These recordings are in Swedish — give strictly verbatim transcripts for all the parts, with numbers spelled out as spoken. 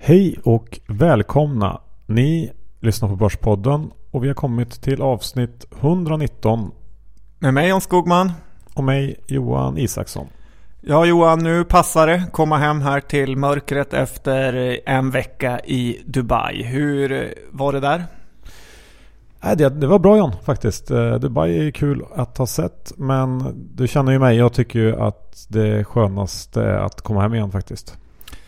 Hej och välkomna. Ni lyssnar på Börspodden och vi har kommit till avsnitt etthundranitton. Med mig Jan Skogman. Och mig Johan Isaksson. Ja Johan, nu passar det. Komma hem här till mörkret efter en vecka i Dubai. Hur var det där? Nej, det, det var bra Jan faktiskt. Dubai är kul att ha sett. Men du känner ju mig. Jag tycker ju att det skönaste är att komma hem igen faktiskt.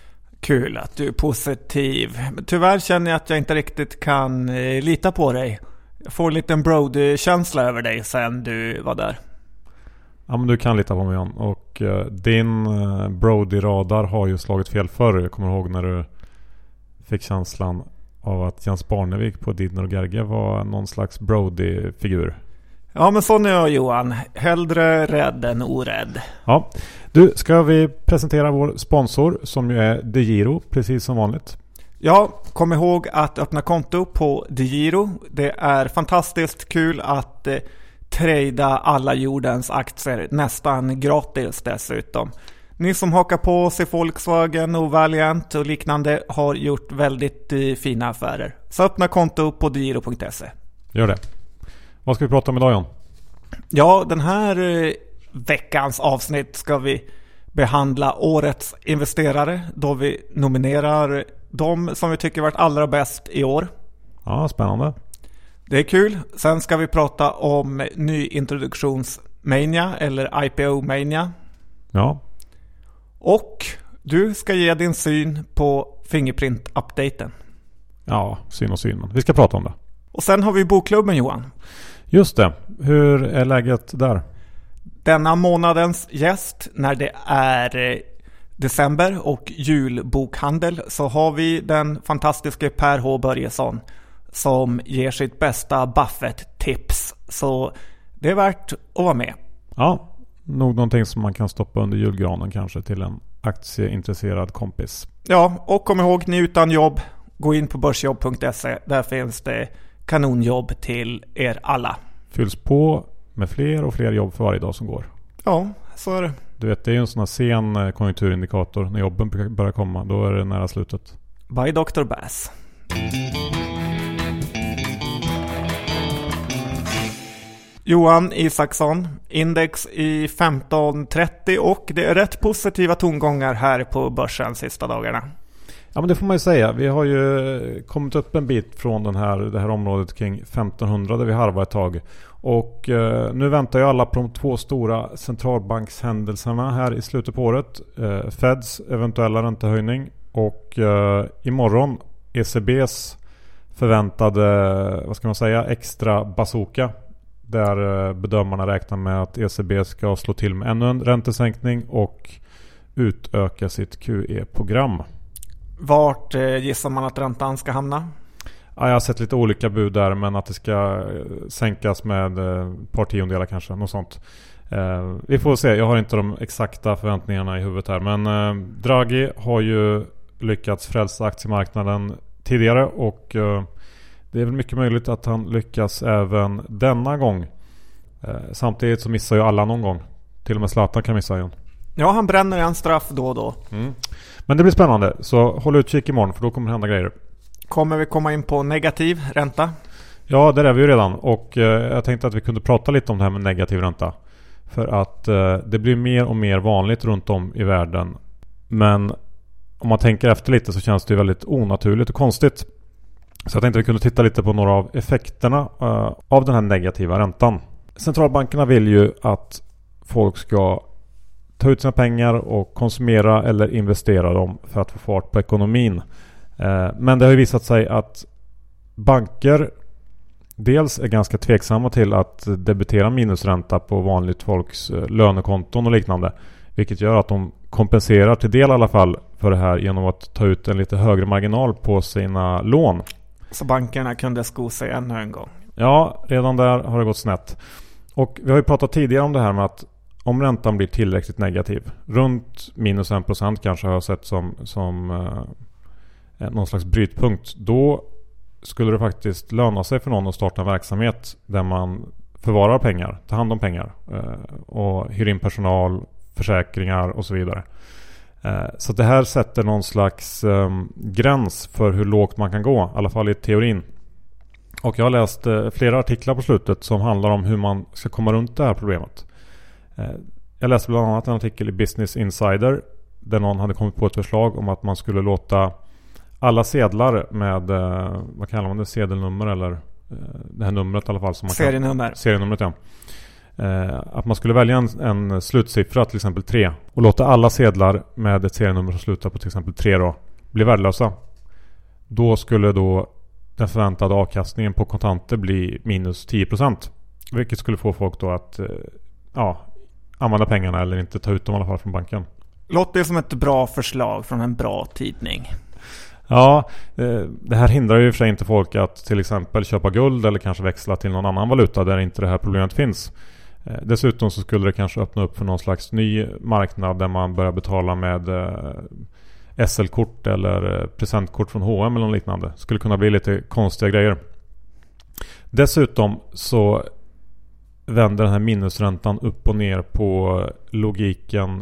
Kul att du är positiv. Tyvärr känner jag att jag inte riktigt kan eh, lita på dig. Jag får en liten Brody-känsla över dig sen du var där. Ja, men du kan lita på mig Jan. Och uh, din uh, Brody-radar har ju slagit fel förr. Jag kommer ihåg när du fick känslan av att Jens Barnevik på Didner och Gerge var någon slags Brody-figur. Ja, men sån är jag Johan. Hellre rädd än orädd. Ja, du, ska vi presentera vår sponsor som ju är DeGiro, precis som vanligt. Ja, kom ihåg att öppna konto på DeGiro. Det är fantastiskt kul att eh, trada alla jordens aktier nästan gratis dessutom. Ni som hakar på oss i Volkswagen och Valiant och liknande har gjort väldigt eh, fina affärer. Så öppna konto på degiro punkt se. Gör det. Vad ska vi prata om idag Jan? Ja, den här eh, veckans avsnitt ska vi behandla årets investerare då vi nominerar de som vi tycker varit allra bäst i år. Ja, spännande. Det är kul. Sen ska vi prata om nyintroduktionsmania eller I P O-mania. Ja. Och du ska ge din syn på Fingerprint-updaten. Ja, syn och syn. Vi ska prata om det. Och sen har vi bokklubben Johan. Just det. Hur är läget där? Denna månadens gäst när det är december och julbokhandel så har vi den fantastiska Per H. Börjesson som ger sitt bästa Buffett-tips. Så det är värt att vara med. Ja, nog någonting som man kan stoppa under julgranen kanske till en aktieintresserad kompis. Ja, och kom ihåg, ni utan jobb, gå in på börsjobb punkt se. Där finns det kanonjobb till er alla. Fylls på med fler och fler jobb för varje dag som går. Ja, så är det. Du vet, det är ju en sån här sen konjunkturindikator. När jobben börjar komma, då är det nära slutet. By doktor Bass. Johan Isaksson, index i femton trettio och det är rätt positiva tongångar här på börsen sista dagarna. Ja, men det får man ju säga. Vi har ju kommit upp en bit från den här, det här området kring femtonhundra där vi harvar ett tag. Och eh, nu väntar ju alla på de två stora centralbankshändelserna här i slutet på året. Eh, Feds eventuella räntehöjning och eh, imorgon E C B:s förväntade, vad ska man säga, extra bazooka. Där eh, bedömarna räknar med att E C B ska slå till med ännu en räntesänkning och utöka sitt Q E-program. Vart eh, gissar man att räntan ska hamna? Ja, jag har sett lite olika bud där, men att det ska sänkas med ett par tiondelar kanske, något sånt. Eh, vi får se, jag har inte de exakta förväntningarna i huvudet här. Men eh, Draghi har ju lyckats frälsa aktiemarknaden tidigare och eh, det är väl mycket möjligt att han lyckas även denna gång. Eh, samtidigt så missar ju alla någon gång. Till och med Zlatan kan missa igen. Ja, han bränner en straff då och då. Mm. Men det blir spännande, så håll utkik imorgon för då kommer det hända grejer. Kommer vi komma in på negativ ränta? Ja, där är vi ju redan. Och eh, jag tänkte att vi kunde prata lite om det här med negativ ränta. För att eh, det blir mer och mer vanligt runt om i världen. Men om man tänker efter lite så känns det ju väldigt onaturligt och konstigt. Så jag tänkte att vi kunde titta lite på några av effekterna eh, av den här negativa räntan. Centralbankerna vill ju att folk ska ta ut sina pengar och konsumera eller investera dem för att få fart på ekonomin. Eh, men det har ju visat sig att banker dels är ganska tveksamma till att debitera minusränta på vanligt folks eh, lönekonton och liknande. Vilket gör att de kompenserar till del i alla fall för det här genom att ta ut en lite högre marginal på sina lån. Så bankerna kunde sko sig ännu en gång. Ja, redan där har det gått snett. Och vi har ju pratat tidigare om det här med att om räntan blir tillräckligt negativ, runt minus en procent kanske har jag sett som, som eh, någon slags brytpunkt, då skulle det faktiskt löna sig för någon att starta en verksamhet där man förvarar pengar, tar hand om pengar eh, och hyr in personal, försäkringar och så vidare. Så det här sätter någon slags um, gräns för hur lågt man kan gå, i alla fall i teorin. Och jag har läst uh, flera artiklar på slutet som handlar om hur man ska komma runt det här problemet. Uh, jag läste bland annat en artikel i Business Insider där någon hade kommit på ett förslag om att man skulle låta alla sedlar med, uh, vad kallar man det, sedelnummer eller uh, det här numret i alla fall. Som man serienummer. Kan, serienumret, ja. Uh, att man skulle välja en, en slutsiffra, till exempel tre, och låta alla sedlar med ett serienummer som slutar på till exempel tre då, bli värdelösa. Då skulle då den förväntade avkastningen på kontanter bli minus tio procent. Vilket skulle få folk då att uh, ja, använda pengarna eller inte ta ut dem i alla fall från banken. Låter som ett bra förslag från en bra tidning. Ja, det här hindrar ju för sig inte folk att till exempel köpa guld eller kanske växla till någon annan valuta där inte det här problemet finns. Dessutom så skulle det kanske öppna upp för någon slags ny marknad där man börjar betala med S L-kort eller presentkort från H och M eller något liknande. Det skulle kunna bli lite konstiga grejer. Dessutom så vänder den här minusräntan upp och ner på logiken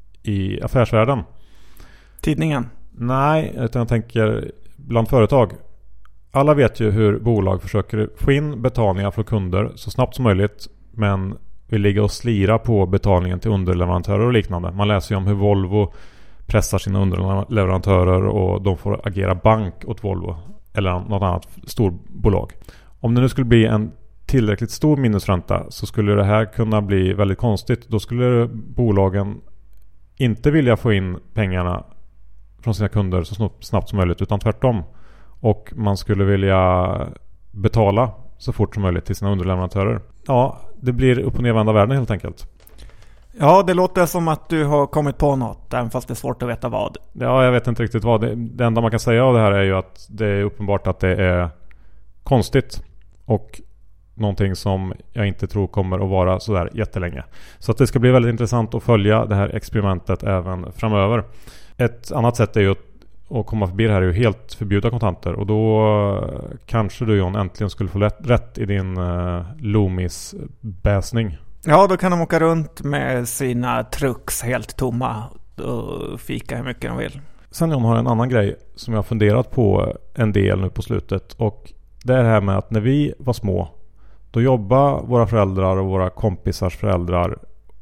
i affärsvärlden. Tidningen? Nej, utan jag tänker bland företag. Alla vet ju hur bolag försöker få in betalningar från kunder så snabbt som möjligt, men vill ligga och slira på betalningen till underleverantörer och liknande. Man läser ju om hur Volvo pressar sina underleverantörer och de får agera bank åt Volvo eller något annat storbolag. Om det nu skulle bli en tillräckligt stor minusränta så skulle det här kunna bli väldigt konstigt. Då skulle bolagen inte vilja få in pengarna från sina kunder så snabbt som möjligt, utan tvärtom. Och man skulle vilja betala så fort som möjligt till sina underleverantörer. Ja, det blir upp- och nedvända världen helt enkelt. Ja, det låter som att du har kommit på något, även fast det är svårt att veta vad. Ja, jag vet inte riktigt vad. Det, det enda man kan säga av det här är ju att det är uppenbart att det är konstigt. Och någonting som jag inte tror kommer att vara sådär jättelänge. Så att det ska bli väldigt intressant att följa det här experimentet även framöver. Ett annat sätt är ju att, att komma förbi det här är ju helt förbjuda kontanter. Och då kanske du, John, äntligen skulle få rätt i din uh, Loomis-bäsning. Ja, då kan de åka runt med sina trucks helt tomma och fika hur mycket de vill. Sen John har en annan grej som jag har funderat på en del nu på slutet. Och det är det här med att när vi var små, då jobbar våra föräldrar och våra kompisars föräldrar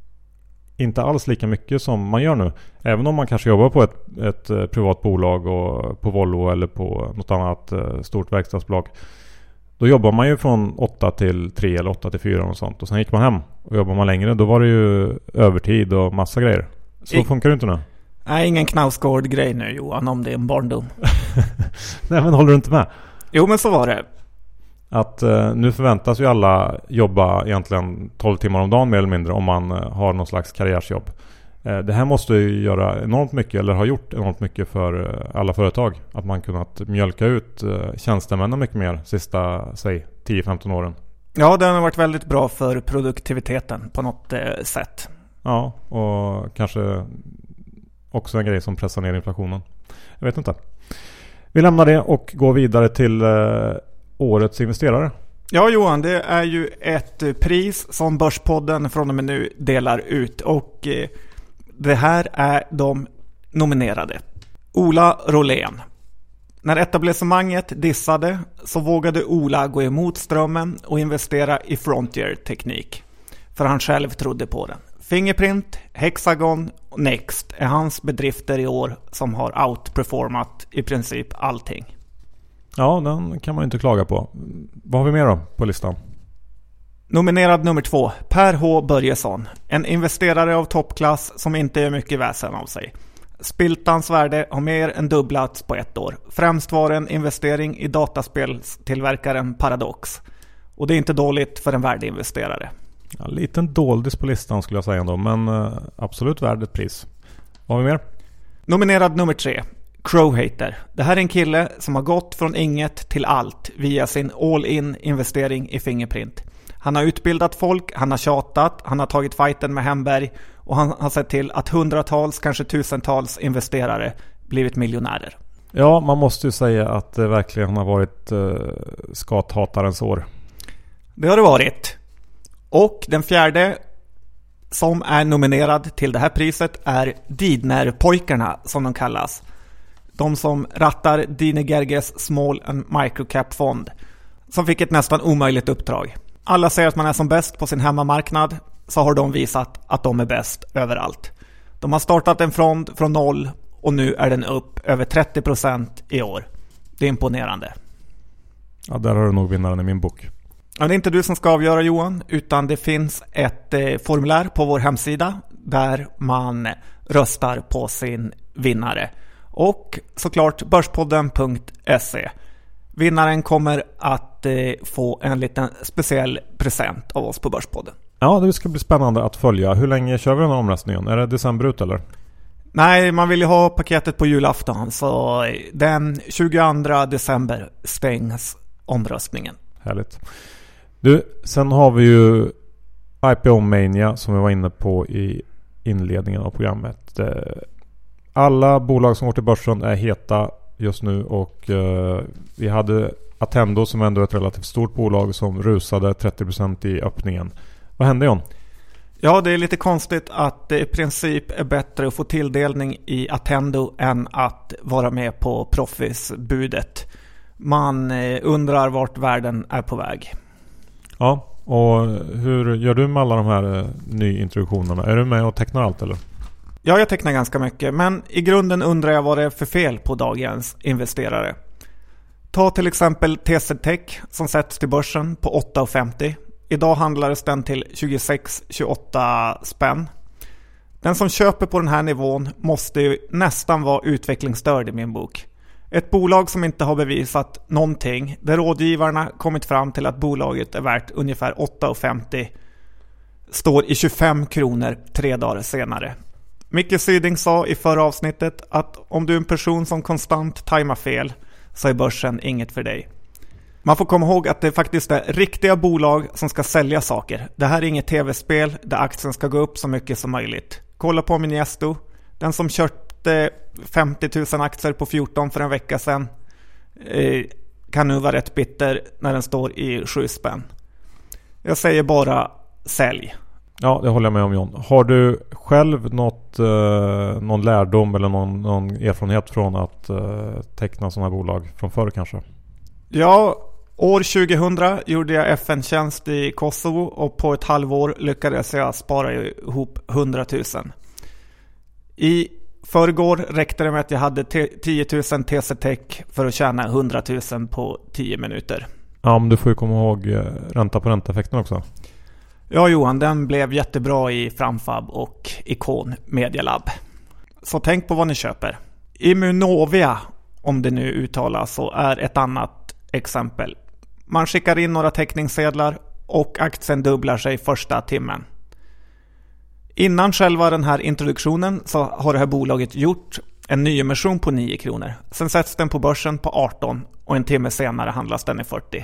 inte alls lika mycket som man gör nu. Även om man kanske jobbar på ett, ett privat bolag och på Volvo eller på något annat stort verkstadsbolag. Då jobbar man ju från åtta till tre eller åtta till fyra och sånt. Och sen gick man hem. Och jobbar man längre, då var det ju övertid och massa grejer. Så I- funkar det inte nu. Nej, ingen Knausgård-grej nu, Johan, om det är en barndom. Nej, men håller du inte med? Jo, men så var det. Att eh, nu förväntas ju alla jobba egentligen tolv timmar om dagen mer eller mindre om man eh, har någon slags karriärsjobb. Eh, det här måste ju göra enormt mycket, eller har gjort enormt mycket för eh, alla företag. Att man kunnat mjölka ut eh, tjänstemännen mycket mer sista, säg, tio femton åren. Ja, det har varit väldigt bra för produktiviteten på något eh, sätt. Ja, och kanske också en grej som pressar ner inflationen. Jag vet inte. Vi lämnar det och går vidare till eh, årets investerare. Ja, Johan, det är ju ett pris som Börspodden från och med nu delar ut. Och eh, det här är de nominerade. Ola Rolén. När etablissemanget dissade så vågade Ola gå emot strömmen och investera i Frontier-teknik. För han själv trodde på den. Fingerprint, Hexagon och Next är hans bedrifter i år som har outperformat i princip allting. Ja, den kan man inte klaga på. Vad har vi mer då på listan? Nominerad nummer två, Per H. Börjesson. En investerare av toppklass som inte gör mycket väsen av sig. Spiltans värde har mer än dubblats på ett år. Främst var en investering i dataspelstillverkaren Paradox. Och det är inte dåligt för en värdeinvesterare. Ja, liten doldis på listan skulle jag säga ändå, men uh, absolut värd ett pris. Vad har vi mer? Nominerad nummer tre, Crowhater. Det här är en kille som har gått från inget till allt via sin all-in investering i Fingerprint. Han har utbildat folk, han har tjatat, han har tagit fighten med Hemberg och han har sett till att hundratals, kanske tusentals investerare blivit miljonärer. Ja, man måste ju säga att det verkligen har varit uh, skathatarens år. Det har det varit. Och den fjärde som är nominerad till det här priset är Didner-pojkarna som de kallas. De som rattar Dine Gerges Small and Microcap Fond, som fick ett nästan omöjligt uppdrag. Alla säger att man är som bäst på sin hemmamarknad, så har de visat att de är bäst överallt. De har startat en fond från noll och nu är den upp över trettio procent i år. Det är imponerande. Ja, där har du nog vinnaren i min bok. Ja, det är inte du som ska avgöra, Johan, utan det finns ett eh, formulär på vår hemsida där man röstar på sin vinnare. Och såklart börspodden punkt se. Vinnaren kommer att eh, få en liten speciell present av oss på Börspodden. Ja, det ska bli spännande att följa. Hur länge kör vi den här omröstningen? Är det december ut eller? Nej, man vill ju ha paketet på julafton, så den tjugoandra december stängs omröstningen. Härligt. Du, sen har vi ju I P O Mania som vi var inne på i inledningen av programmet. Alla bolag som går till börsen är heta just nu och uh, vi hade Attendo som ändå är ett relativt stort bolag som rusade trettio procent i öppningen. Vad hände, John? Ja, det är lite konstigt att det i princip är bättre att få tilldelning i Attendo än att vara med på Profis-budet. Man eh, undrar vart världen är på väg. Ja, och hur gör du med alla de här eh, nyintroduktionerna? Är du med och tecknar allt eller? Ja, jag tecknar ganska mycket, men i grunden undrar jag vad det är för fel på dagens investerare. Ta till exempel T C Tech som sätts till börsen på åtta femtio. Idag handlades den till tjugosex tjugoåtta spänn. Den som köper på den här nivån måste ju nästan vara utvecklingsstörd i min bok. Ett bolag som inte har bevisat någonting, där rådgivarna kommit fram till att bolaget är värt ungefär åtta femtio, står i tjugofem kronor tre dagar senare. Micke Syding sa i förra avsnittet att om du är en person som konstant tajmar fel så är börsen inget för dig. Man får komma ihåg att det faktiskt är riktiga bolag som ska sälja saker. Det här är inget tv-spel där aktien ska gå upp så mycket som möjligt. Kolla på min Gesto. Den som köpte femtio tusen aktier på fjorton för en vecka sedan eh, kan nu vara rätt bitter när den står i sju spänn. Jag säger bara sälj. Ja, det håller jag med om, John. Har du själv något, eh, någon lärdom eller någon, någon erfarenhet från att eh, teckna sådana här bolag från förr kanske? Ja, år tjugohundra gjorde jag F N-tjänst i Kosovo och på ett halvår lyckades jag spara ihop hundratusen. I förrgår räckte det med att jag hade tio tusen T C Tech för att tjäna hundratusen på tio minuter. Ja, men du får ju komma ihåg ränta på ränta-effekten också. Ja, Johan, den blev jättebra i Framfab och Icon Media Lab. Så tänk på vad ni köper. Immunovia, om det nu uttalas, så är ett annat exempel. Man skickar in några teckningssedlar och aktien dubblar sig första timmen. Innan själva den här introduktionen så har det här bolaget gjort en nyemission på nio kronor. Sen sätts den på börsen på arton och en timme senare handlas den i fyrtio.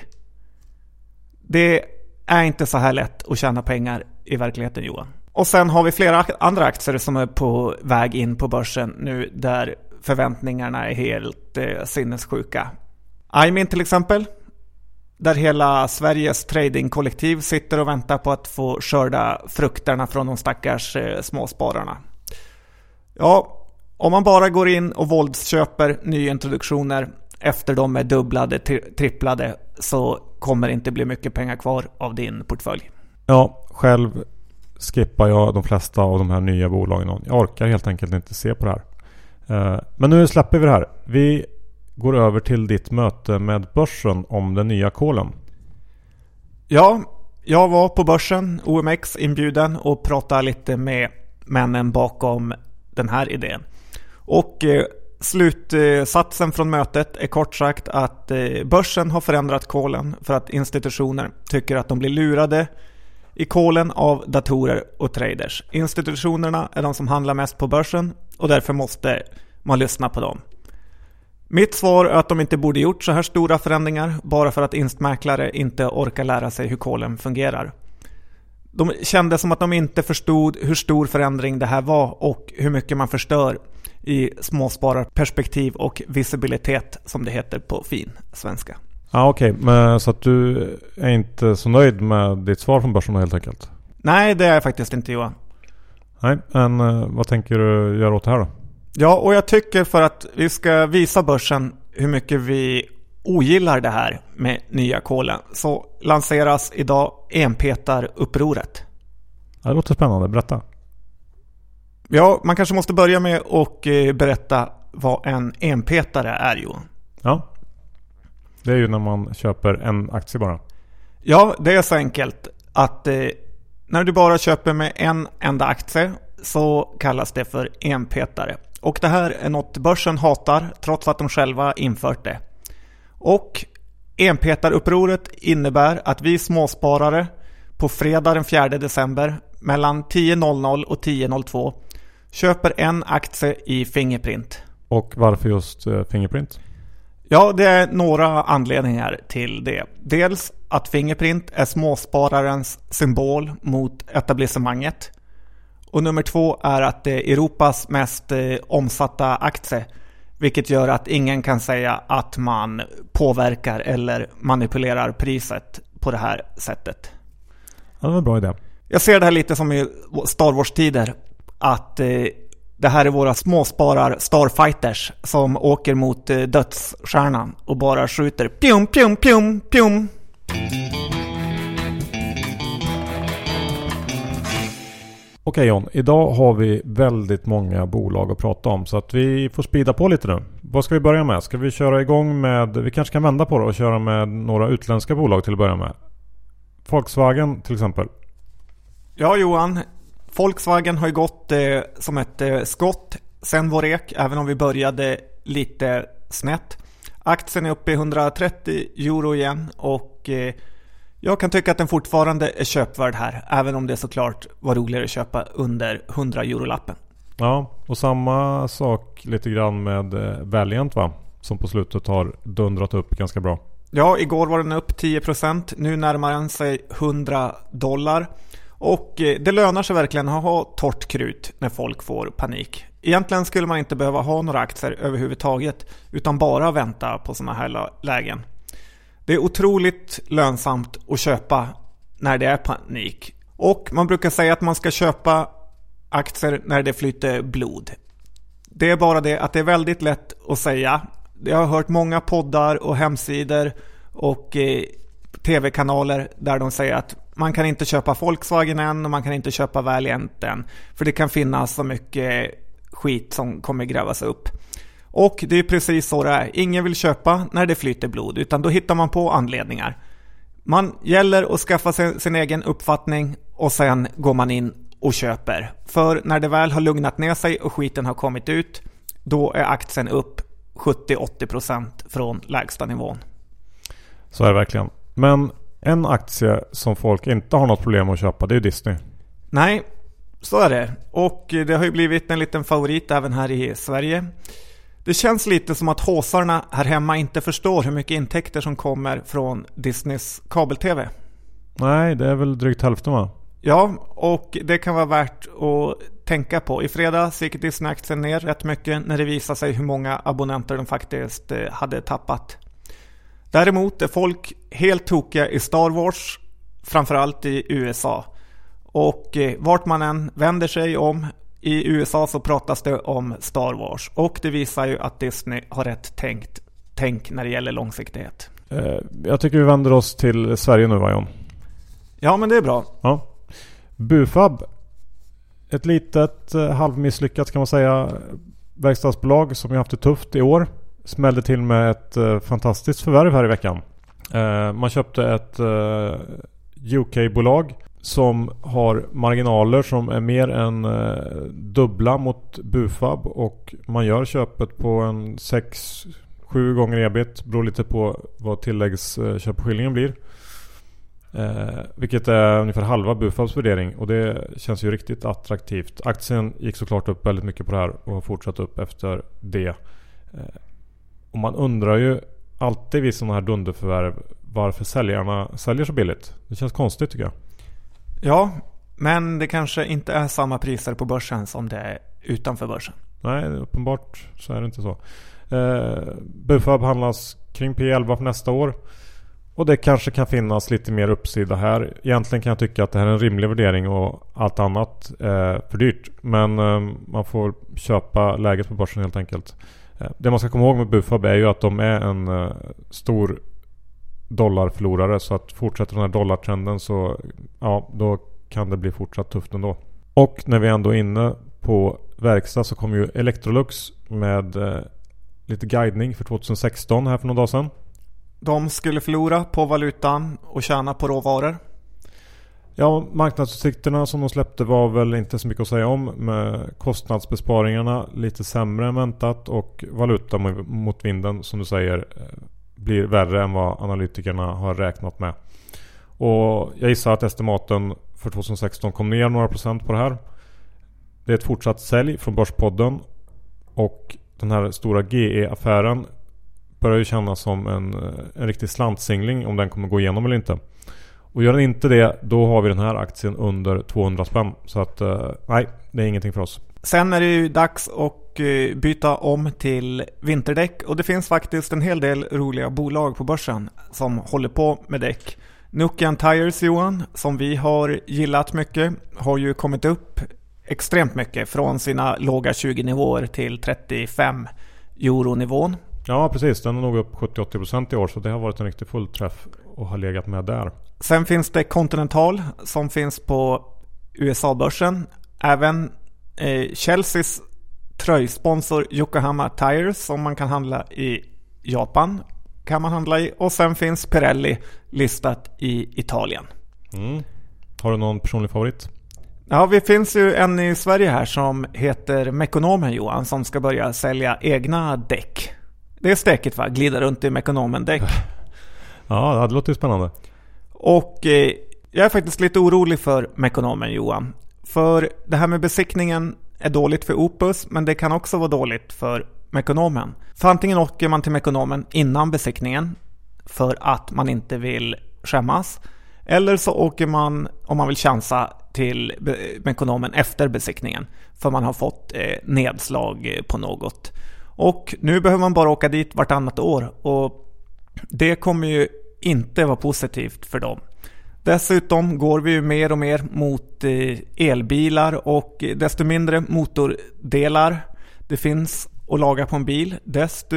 Det är inte så här lätt att tjäna pengar i verkligheten, Johan. Och sen har vi flera andra aktier som är på väg in på börsen nu där förväntningarna är helt eh, sinnessjuka. iMint till exempel, där hela Sveriges tradingkollektiv sitter och väntar på att få skörda frukterna från de stackars eh, småspararna. Ja, om man bara går in och våldsköper nyintroduktioner efter de är dubblade, tri- tripplade, så kommer det inte bli mycket pengar kvar av din portfölj. Ja, själv skippar jag de flesta av de här nya bolagen. Jag orkar helt enkelt inte se på det här. Men nu släpper vi det här. Vi går över till ditt möte med börsen om den nya kolen. Ja, jag var på börsen, O M X inbjuden, och pratade lite med männen bakom den här idén. Och eh, slutsatsen från mötet är kort sagt att eh, börsen har förändrat kolen för att institutioner tycker att de blir lurade i kolen av datorer och traders. Institutionerna är de som handlar mest på börsen och därför måste man lyssna på dem. Mitt svar är att de inte borde gjort så här stora förändringar bara för att instmäklare inte orkar lära sig hur kolen fungerar. De kände som att de inte förstod hur stor förändring det här var och hur mycket man förstör i småspararperspektiv och visibilitet, som det heter på fin svenska. Ja, okej. Okay. Så att du är inte så nöjd med ditt svar från börsen helt enkelt? Nej, det är jag faktiskt inte, Johan. Nej, men uh, vad tänker du göra åt det här då? Ja, och jag tycker för att vi ska visa börsen hur mycket vi ogillar det här med nya kolen, så lanseras idag enpetarupproret. Ja, det låter spännande, berätta. Ja, man kanske måste börja med att berätta vad en enpetare är, Johan. Ja, det är ju när man köper en aktie bara. Ja, det är så enkelt att eh, när du bara köper med en enda aktie så kallas det för enpetare. Och det här är något börsen hatar trots att de själva infört det. Och enpetarupproret innebär att vi småsparare på fredag den fjärde december mellan tio noll noll och tio noll två köper en aktie i Fingerprint. Och varför just uh, Fingerprint? Ja, det är några anledningar till det. Dels att Fingerprint är småspararens symbol mot etablissemanget. Och nummer två är att det är Europas mest eh, omsatta aktie. Vilket gör att ingen kan säga att man påverkar eller manipulerar priset på det här sättet. Ja, det var en bra idé. Jag ser det här lite som i Star Wars-tider. Att eh, det här är våra småsparar Starfighters som åker mot eh, dödsstjärnan och bara skjuter pjum, pjum, pjum, pjum. Okej John, idag har vi väldigt många bolag att prata om så att vi får speeda på lite nu. Vad ska vi börja med? Ska vi köra igång med, vi kanske kan vända på det och köra med några utländska bolag till att börja med. Volkswagen till exempel. Ja Johan, Volkswagen har ju gått eh, som ett eh, skott sen vår ek, även om vi började lite snett. Aktien är uppe i hundratrettio euro igen och eh, jag kan tycka att den fortfarande är köpvärd här, även om det såklart var roligare att köpa under hundra euro-lappen. Ja, och samma sak lite grann med eh, Valiant va? Som på slutet har dundrat upp ganska bra. Ja, igår var den upp tio procent, nu närmar den sig hundra dollar. Och det lönar sig verkligen att ha torrt krut när folk får panik. Egentligen skulle man inte behöva ha några aktier överhuvudtaget utan bara vänta på såna här lägen. Det är otroligt lönsamt att köpa när det är panik. Och man brukar säga att man ska köpa aktier när det flyter blod. Det är bara det att det är väldigt lätt att säga. Jag har hört många poddar och hemsidor och eh, tv-kanaler där de säger att man kan inte köpa Volkswagen än och man kan inte köpa Valiant än. För det kan finnas så mycket skit som kommer grävas upp. Och det är precis så det är. Ingen vill köpa när det flyter blod utan då hittar man på anledningar. Man gäller att skaffa sig sin egen uppfattning och sen går man in och köper. För när det väl har lugnat ner sig och skiten har kommit ut, då är aktien upp sjuttio till åttio procent från lägsta nivån. Så är det verkligen. Men en aktie som folk inte har något problem att köpa, det är Disney. Nej, så är det. Och det har ju blivit en liten favorit även här i Sverige. Det känns lite som att håsarna här hemma inte förstår hur mycket intäkter som kommer från Disneys kabel-tv. Nej, det är väl drygt hälften va? Ja, och det kan vara värt att tänka på. I fredags gick Disney-aktien ner rätt mycket när det visade sig hur många abonnenter de faktiskt hade tappat. Däremot är folk helt tokiga i Star Wars, framförallt i U S A. Och vart man än vänder sig om i U S A så pratas det om Star Wars. Och det visar ju att Disney har rätt tänkt, tänk när det gäller långsiktighet. Eh, jag tycker vi vänder oss till Sverige nu va John? Ja men det är bra. Ja. Bufab. Ett litet eh, halvmisslyckat kan man säga verkstadsbolag som har haft det tufft i år. Smällde till med ett eh, fantastiskt förvärv här i veckan. Eh, man köpte ett eh, U K-bolag som har marginaler som är mer än eh, dubbla mot Bufab och man gör köpet på en sex sju gånger ebit, beror lite på vad tilläggsköpeskillingen blir. Eh, vilket är ungefär halva Bufabs värdering och det känns ju riktigt attraktivt. Aktien gick såklart upp väldigt mycket på det här och har fortsatt upp efter det. Eh, och man undrar ju alltid vid sådana här dunderförvärv varför säljarna säljer så billigt. Det känns konstigt tycker jag. Ja, men det kanske inte är samma priser på börsen som det är utanför börsen. Nej, uppenbart så är det inte så. Eh, Bufab handlas kring P elva för nästa år. Och det kanske kan finnas lite mer uppsida här. Egentligen kan jag tycka att det här är en rimlig värdering och allt annat är för dyrt. Men eh, man får köpa läget på börsen helt enkelt. Eh, det man ska komma ihåg med Bufab är ju att de är en eh, stor dollarförlorare. Så att fortsätter den här dollartrenden så ja, då kan det bli fortsatt tufft ändå. Och när vi ändå är inne på verkstad så kommer ju Electrolux med eh, lite guidning för tjugohundrasexton här för några dagar sedan. De skulle förlora på valutan och tjäna på råvaror. Ja, marknadsutsikterna som de släppte var väl inte så mycket att säga om, med kostnadsbesparingarna lite sämre än väntat och valuta mot vinden som du säger blir värre än vad analytikerna har räknat med. Och jag gissar att estimaten för tjugohundrasexton kom ner några procent på det här. Det är ett fortsatt sälj från Börspodden och den här stora G E-affären börjar ju kännas som en, en riktig slantsingling om den kommer gå igenom eller inte. Och gör den inte det, då har vi den här aktien under tvåhundra spänn. Så att eh, nej, det är ingenting för oss. Sen är det ju dags att byta om till vinterdäck. Och det finns faktiskt en hel del roliga bolag på börsen som håller på med däck. Nokian Tires, Johan, som vi har gillat mycket, har ju kommit upp extremt mycket från sina låga tjugo nivåer till trettiofem euro nivån. Ja, precis. Den är nog upp sjuttio till åttio procent i år, så det har varit en riktig fullträff och har legat med där. Sen finns det Continental som finns på U S A-börsen. Även eh, Chelseas tröjsponsor Yokohama Tires som man kan handla i Japan kan man handla i. Och sen finns Pirelli listat i Italien. Mm. Har du någon personlig favorit? Ja, det finns ju en i Sverige här som heter Mekonomen, Johan, som ska börja sälja egna däck. Det är stäckigt, va? Glida runt i Mekonomen-däck. Ja, det låter ju spännande. Och eh, jag är faktiskt lite orolig för Mekonomen, Johan. För det här med besiktningen är dåligt för Opus, men det kan också vara dåligt för Mekonomen. För antingen åker man till Mekonomen innan besiktningen för att man inte vill skämmas. Eller så åker man, om man vill chansa, till Mekonomen efter besiktningen. För man har fått eh, nedslag på något. Och nu behöver man bara åka dit vartannat år. Och det kommer ju inte vara positivt för dem. Dessutom går vi ju mer och mer mot eh, elbilar. Och desto mindre motordelar det finns att laga på en bil, desto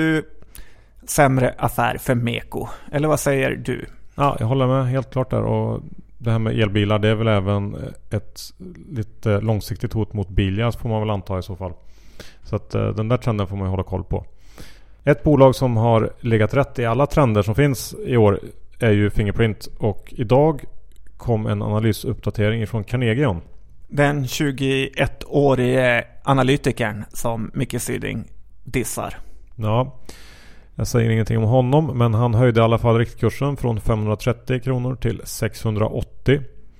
sämre affär för Meko. Eller vad säger du? Ja, jag håller med helt klart där. Och det här med elbilar, det är väl även ett lite långsiktigt hot mot bilar, får man väl anta i så fall. Så att uh, den där trenden får man ju hålla koll på. Ett bolag som har legat rätt i alla trender som finns i år är ju Fingerprint. Och idag kom en analysuppdatering från Carnegie. Den tjugoettårige analytikern som Micke Syding dissar. Ja, jag säger ingenting om honom, men han höjde i alla fall riktkursen från femhundratrettio kronor till sexhundraåttio.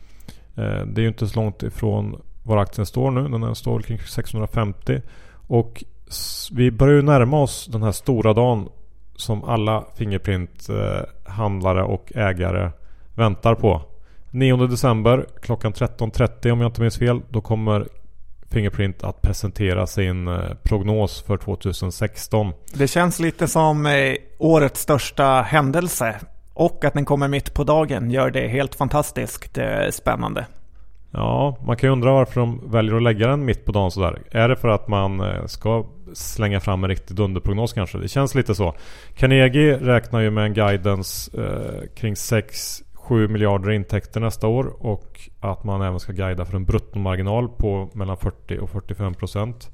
Eh, det är ju inte så långt ifrån var aktien står nu. Den står kring sexhundrafemtio. Och vi börjar ju närma oss den här stora dagen som alla Fingerprint-handlare och ägare väntar på. nionde december klockan tretton trettio om jag inte minns fel. Då kommer Fingerprint att presentera sin prognos för tjugohundrasexton. Det känns lite som eh, årets största händelse. Och att den kommer mitt på dagen gör det helt fantastiskt eh, spännande. Ja, man kan ju undra varför de väljer att lägga den mitt på dagen sådär. Är det för att man eh, ska slänga fram en riktig dunderprognos kanske? Det känns lite så. Carnegie räknar ju med en guidance eh, kring sex sju miljarder intäkter nästa år och att man även ska guida för en bruttomarginal på mellan fyrtio och fyrtiofem procent.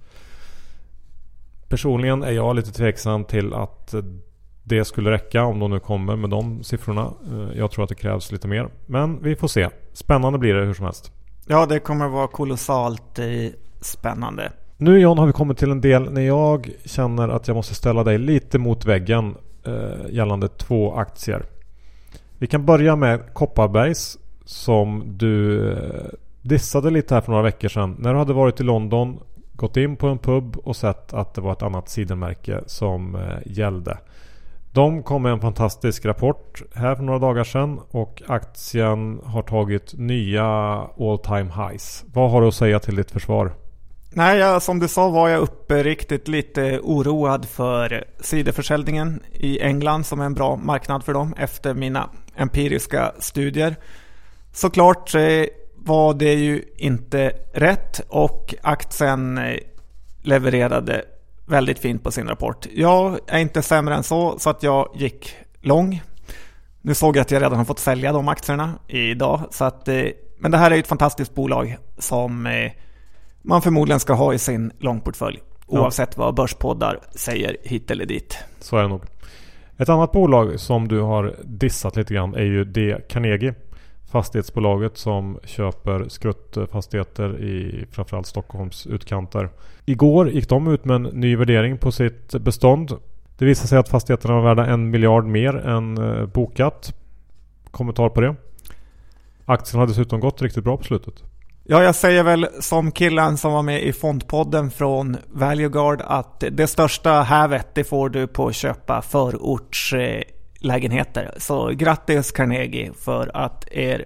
Personligen är jag lite tveksam till att det skulle räcka om de nu kommer med de siffrorna. Jag tror att det krävs lite mer. Men vi får se. Spännande blir det hur som helst. Ja, det kommer vara kolossalt spännande. Nu John har vi kommit till en del när jag känner att jag måste ställa dig lite mot väggen eh, gällande två aktier. Vi kan börja med Kopparbergs som du eh, dissade lite här för några veckor sedan. När du hade varit i London, gått in på en pub och sett att det var ett annat sidenmärke som eh, gällde. De kom med en fantastisk rapport här för några dagar sedan och aktien har tagit nya all time highs. Vad har du att säga till ditt försvar? Nej, ja, som du sa var jag uppe riktigt lite oroad för sideförsäljningen i England som är en bra marknad för dem efter mina empiriska studier. Såklart eh, var det ju inte rätt och aktien eh, levererade väldigt fint på sin rapport. Jag är inte sämre än så så att jag gick lång. Nu såg jag att jag redan har fått sälja de aktierna idag. Så att, eh, men det här är ett fantastiskt bolag som eh, man förmodligen ska ha i sin långportfölj. Oavsett ja. vad börspoddar säger hit eller dit. Så är det nog. Ett annat bolag som du har dissat lite grann är ju D. Carnegie. Fastighetsbolaget som köper skruttfastigheter i framförallt Stockholms utkanter. Igår gick de ut med en ny värdering på sitt bestånd. Det visar sig att fastigheterna var värda en miljard mer än bokat. Kommentar på det? Aktien har dessutom gått riktigt bra på slutet. Ja, jag säger väl som killen som var med i fondpodden från ValueGuard att det största hävet det får du på att köpa förortslägenheter. Så grattis Carnegie för att er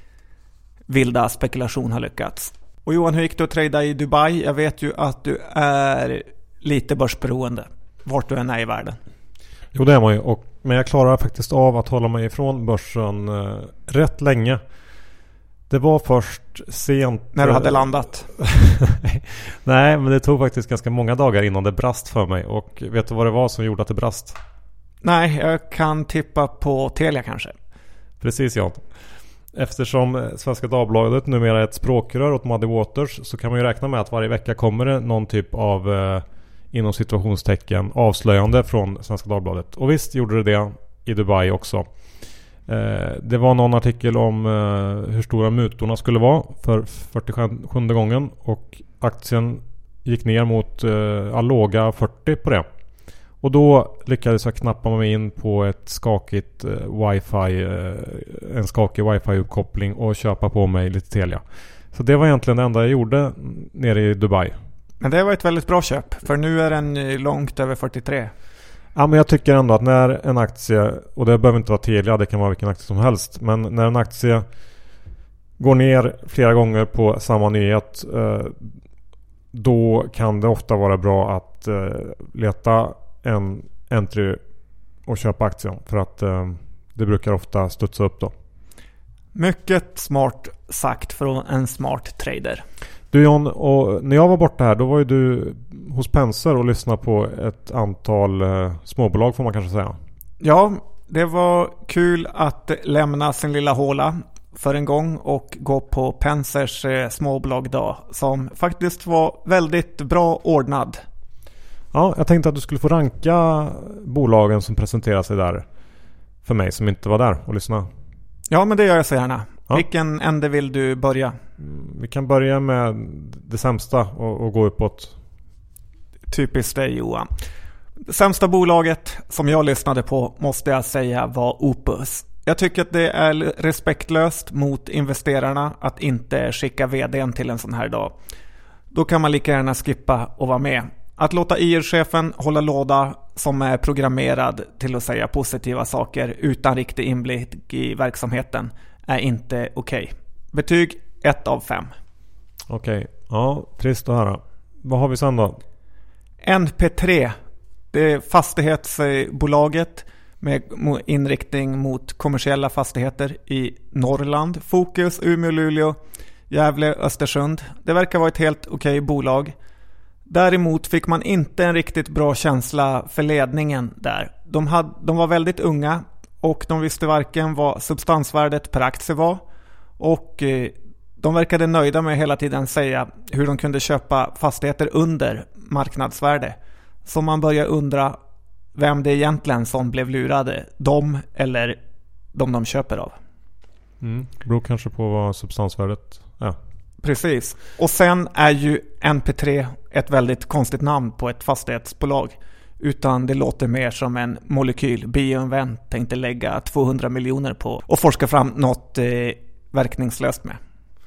vilda spekulation har lyckats. Och Johan, hur gick det att trada i Dubai? Jag vet ju att du är lite börsberoende vart du än är i världen. Jo, det är man ju. Och, men jag klarar faktiskt av att hålla mig ifrån börsen eh, rätt länge. Det var först sent... När du hade landat? Nej, men det tog faktiskt ganska många dagar innan det brast för mig. Och vet du vad det var som gjorde att det brast? Nej, jag kan tippa på Telia kanske. Precis, ja. Eftersom Svenska Dagbladet numera är ett språkrör åt Muddy Waters så kan man ju räkna med att varje vecka kommer det någon typ av eh, inom situationstecken avslöjande från Svenska Dagbladet. Och visst gjorde det det i Dubai också. Det var någon artikel om hur stora mutorna skulle vara för fyrtiosjunde gången och aktien gick ner mot uh, låga fyrtio på det. Och då lyckades jag knappa mig in på ett skakigt uh, wifi, uh, en skakig wifi-uppkoppling och köpa på mig lite Telia. Så det var egentligen det enda jag gjorde nere i Dubai. Men det var ett väldigt bra köp, för nu är den långt över fyrtiotre. Ja, men jag tycker ändå att när en aktie, och det behöver inte vara Telia, det kan vara vilken aktie som helst, men när en aktie går ner flera gånger på samma nyhet, då kan det ofta vara bra att leta en entry och köpa aktien, för att det brukar ofta studsa upp då. Mycket smart sagt från en smart trader. Du John, och när jag var borta här då var ju du hos Penser och lyssnade på ett antal eh, småbolag får man kanske säga. Ja, det var kul att lämna sin lilla håla för en gång och gå på Pensers eh, småbolagdag som faktiskt var väldigt bra ordnad. Ja, jag tänkte att du skulle få ranka bolagen som presenterar sig där för mig som inte var där och lyssna. Ja, men det gör jag så gärna. Ja. Vilken ände vill du börja? Vi kan börja med det sämsta och, och gå uppåt. Typiskt dig Johan. Det sämsta bolaget som jag lyssnade på måste jag säga var Opus. Jag tycker att det är respektlöst mot investerarna att inte skicka vdn till en sån här dag. Då kan man lika gärna skippa och vara med. Att låta I R-chefen hålla låda som är programmerad till att säga positiva saker utan riktig inblick i verksamheten är inte okej. Okay. Betyg ett av fem. Okej, okay. Ja, trist att höra. Vad har vi sen då? N P tre, det är fastighetsbolaget med inriktning mot kommersiella fastigheter i Norrland. Fokus Umeå, Luleå, Gävle, Östersund. Det verkar vara ett helt okej okay bolag. Däremot fick man inte en riktigt bra känsla för ledningen där. De, hade, de var väldigt unga och de visste varken vad substansvärdet per aktie var och eh, de verkade nöjda med hela tiden säga hur de kunde köpa fastigheter under marknadsvärde. Så man börjar undra vem det egentligen som blev lurade, de eller de de köper av. Mm, beror kanske på vad substansvärdet är. Precis. Och sen är ju N P tre ett väldigt konstigt namn på ett fastighetsbolag. Utan det låter mer som en molekyl. BioInvent tänkte lägga tvåhundra miljoner på och forska fram något eh, verkningslöst med.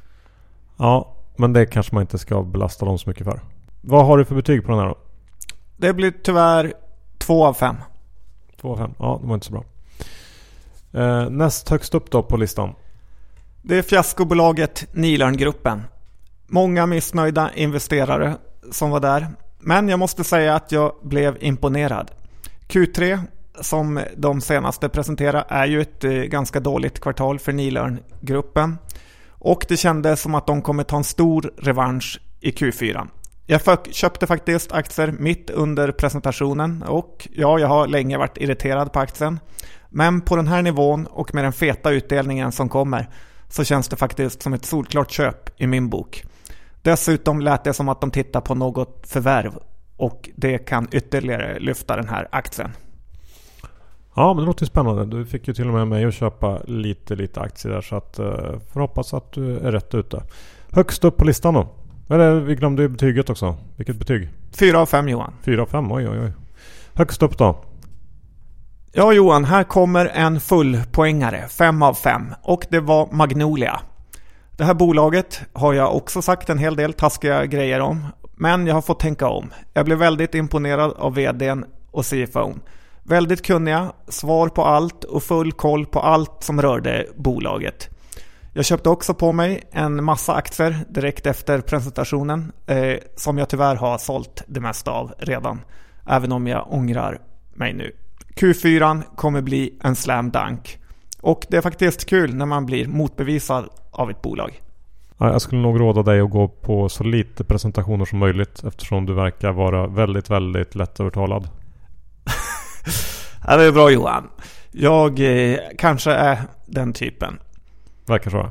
Ja, men det kanske man inte ska belasta dem så mycket för. Vad har du för betyg på den här då? Det blir tyvärr två av fem. Två av fem, ja det var inte så bra. Eh, näst högst upp då på listan. Det är fiaskobolaget Nilörngruppen. Många missnöjda investerare som var där. Men jag måste säga att jag blev imponerad. Q tre som de senaste presenterar är ju ett ganska dåligt kvartal för Nilörngruppen. Och det kändes som att de kommer ta en stor revansch i Q fyra. Jag köpte faktiskt aktier mitt under presentationen och ja, jag har länge varit irriterad på aktien. Men på den här nivån och med den feta utdelningen som kommer så känns det faktiskt som ett solklart köp i min bok. Dessutom lät det som att de tittar på något förvärv och det kan ytterligare lyfta den här aktien. Ja, men det låter spännande. Du fick ju till och med mig att köpa lite, lite aktier där, så att uh, får hoppas att du är rätt ute. Högst upp på listan då? Eller vi glömde ju betyget också. Vilket betyg? fyra av fem, Johan. fyra av fem, oj oj oj. Högst upp då? Ja, Johan, här kommer en fullpoängare, fem av fem. Och det var Magnolia. Det här bolaget har jag också sagt en hel del taskiga grejer om. Men jag har fått tänka om. Jag blev väldigt imponerad av vdn och C F O:n. Väldigt kunniga, svar på allt och full koll på allt som rörde bolaget. Jag köpte också på mig en massa aktier direkt efter presentationen eh, som jag tyvärr har sålt det mesta av redan. Även om jag ångrar mig nu. Q fyra kommer bli en slam dunk. Och det är faktiskt kul när man blir motbevisad av ett bolag. Ja, jag skulle nog råda dig att gå på så lite presentationer som möjligt eftersom du verkar vara väldigt, väldigt lättövertalad. Ja, det är bra, Johan. Jag eh, kanske är den typen. Verkar så.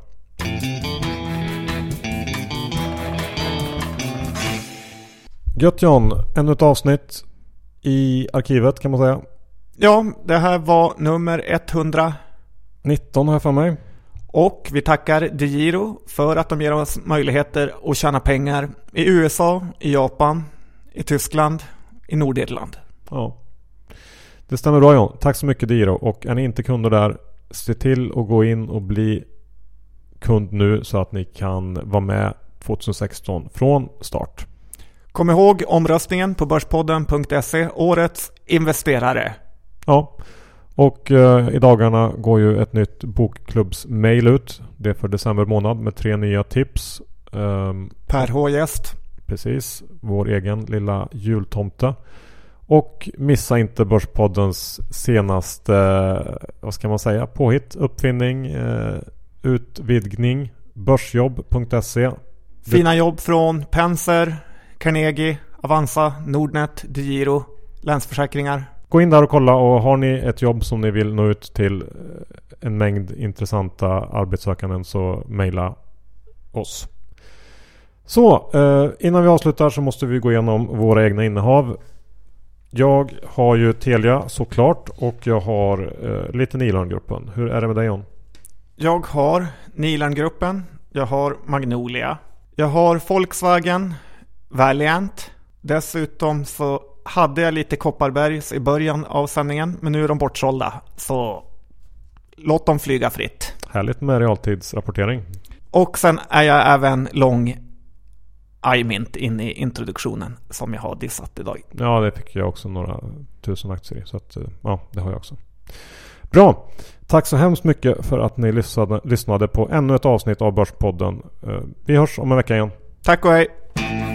Gött, John. Ännu ett avsnitt i arkivet kan man säga. Ja, det här var nummer etthundranitton har jag för mig. Och vi tackar DeGiro för att de ger oss möjligheter att tjäna pengar i U S A, i Japan, i Tyskland, i Nordirland. Ja, det stämmer bra, John. Tack så mycket, DeGiro. Och är ni inte kunder där, se till att gå in och bli kund nu så att ni kan vara med tjugohundrasexton från start. Kom ihåg omröstningen på börspodden punkt se, årets investerare. Ja, och eh, i dagarna går ju ett nytt bokklubbsmail ut. Det är för december månad med tre nya tips. Um, Per H-gäst. Precis, vår egen lilla jultomte. Och missa inte Börspoddens senaste, vad ska man säga, påhitt, uppfinning, eh, utvidgning, börsjobb punkt se. Fina jobb från Penser, Carnegie, Avanza, Nordnet, DeGiro, Länsförsäkringar. Gå in där och kolla, och har ni ett jobb som ni vill nå ut till en mängd intressanta arbetssökanden så mejla oss. Så, eh, innan vi avslutar så måste vi gå igenom våra egna innehav. Jag har ju Telia såklart och jag har eh, lite Nilörngruppen. Hur är det med dig, John? Jag har Nilörngruppen, jag har Magnolia, jag har Volkswagen, Valiant. Dessutom så hade jag lite Kopparbergs i början av sändningen, men nu är de bortsålda. Så låt dem flyga fritt. Härligt med realtidsrapportering. Och sen är jag även lång iMint in i introduktionen som jag har dissat idag. Ja, det fick jag också några tusen aktier i. Så att, ja, det har jag också. Bra! Tack så hemskt mycket för att ni lyssnade, lyssnade på ännu ett avsnitt av Börspodden. Vi hörs om en vecka igen. Tack och hej!